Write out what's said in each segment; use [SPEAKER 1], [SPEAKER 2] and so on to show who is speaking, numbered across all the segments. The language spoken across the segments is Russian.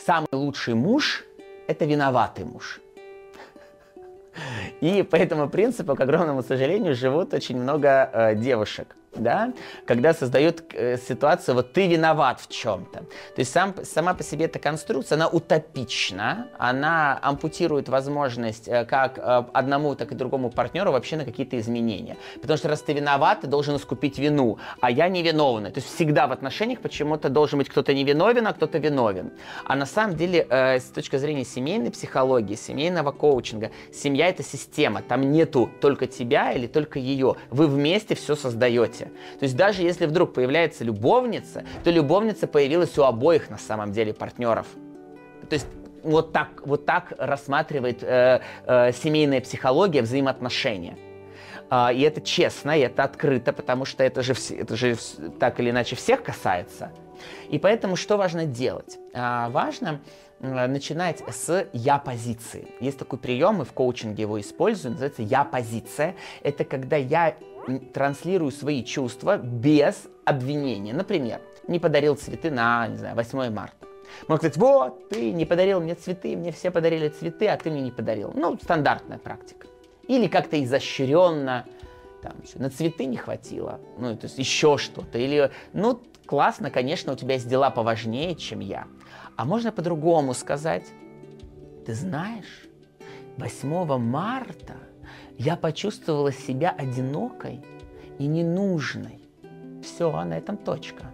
[SPEAKER 1] самый лучший муж – это виноватый муж. И по этому принципу, к огромному сожалению, живут очень много девушек, да, когда создают ситуацию, вот ты виноват в чем-то. То есть сама по себе эта конструкция, она утопична, она ампутирует возможность как одному, так и другому партнеру вообще на какие-то изменения. Потому что раз ты виноват, ты должен искупить вину, а я невиновный. То есть всегда в отношениях почему-то должен быть кто-то невиновен, а кто-то виновен. А на самом деле, с точки зрения семейной психологии, семейного коучинга, семья — это система. Там нету только тебя или только ее. Вы вместе все создаете. То есть даже если вдруг появляется любовница, то любовница появилась у обоих на самом деле партнеров. То есть вот так рассматривает семейная психология взаимоотношения. И это честно, и это открыто, потому что это же так или иначе всех касается. И поэтому что важно делать? Важно начинать с «я-позиции». Есть такой прием, мы в коучинге его используем, называется «я-позиция». Это когда я транслирую свои чувства без обвинения. Например, не подарил цветы на, не знаю, 8 марта. Можно сказать: вот, ты не подарил мне цветы, мне все подарили цветы, а ты мне не подарил. Ну, стандартная практика. Или как-то изощренно, там, на цветы не хватило, ну, то есть еще что-то. Или, ну, классно, конечно, у тебя есть дела поважнее, чем я. А можно по-другому сказать: ты знаешь, 8 марта я почувствовала себя одинокой и ненужной. Все, на этом точка.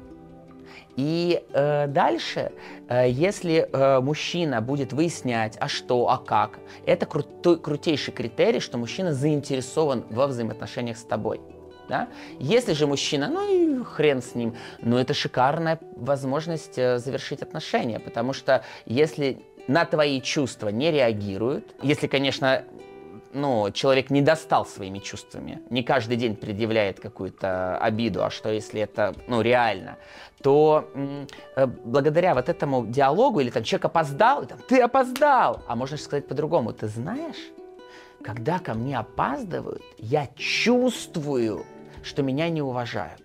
[SPEAKER 1] И дальше, если мужчина будет выяснять, а что, а как, это крутейший критерий, что мужчина заинтересован во взаимоотношениях с тобой. Да? Если же мужчина, ну и хрен с ним, но это шикарная возможность завершить отношения, потому что если на твои чувства не реагируют, если, конечно, ну, человек не достал своими чувствами, не каждый день предъявляет какую-то обиду, а что если это, ну, реально, то благодаря вот этому диалогу, или там человек опоздал, и там ты опоздал, а можно сказать по-другому: ты знаешь, когда ко мне опаздывают, я чувствую, что меня не уважают.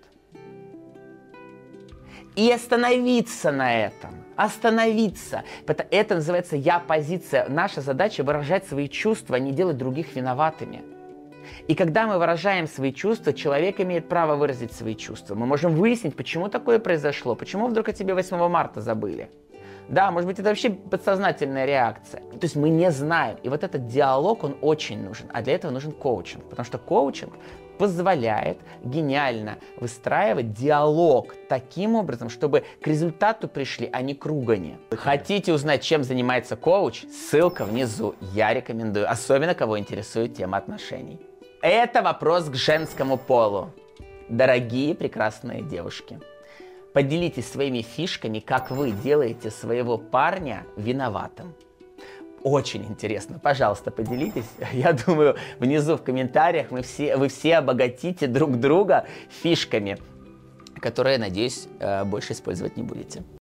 [SPEAKER 1] И остановиться на этом. Остановиться. Это называется «я-позиция». Наша задача — выражать свои чувства, а не делать других виноватыми. И когда мы выражаем свои чувства, человек имеет право выразить свои чувства. Мы можем выяснить, почему такое произошло, почему вдруг о тебе 8 марта забыли. Да, может быть, это вообще подсознательная реакция. То есть мы не знаем. И вот этот диалог, он очень нужен. А для этого нужен коучинг. Потому что коучинг позволяет гениально выстраивать диалог таким образом, чтобы к результату пришли, а не к ругани. Хотите узнать, чем занимается коуч? Ссылка внизу. Я рекомендую, особенно кого интересует тема отношений. Это вопрос к женскому полу. Дорогие прекрасные девушки, поделитесь своими фишками, как вы делаете своего парня виноватым. Очень интересно. Пожалуйста, поделитесь. Я думаю, внизу в комментариях вы все обогатите друг друга фишками, которые, надеюсь, больше использовать не будете.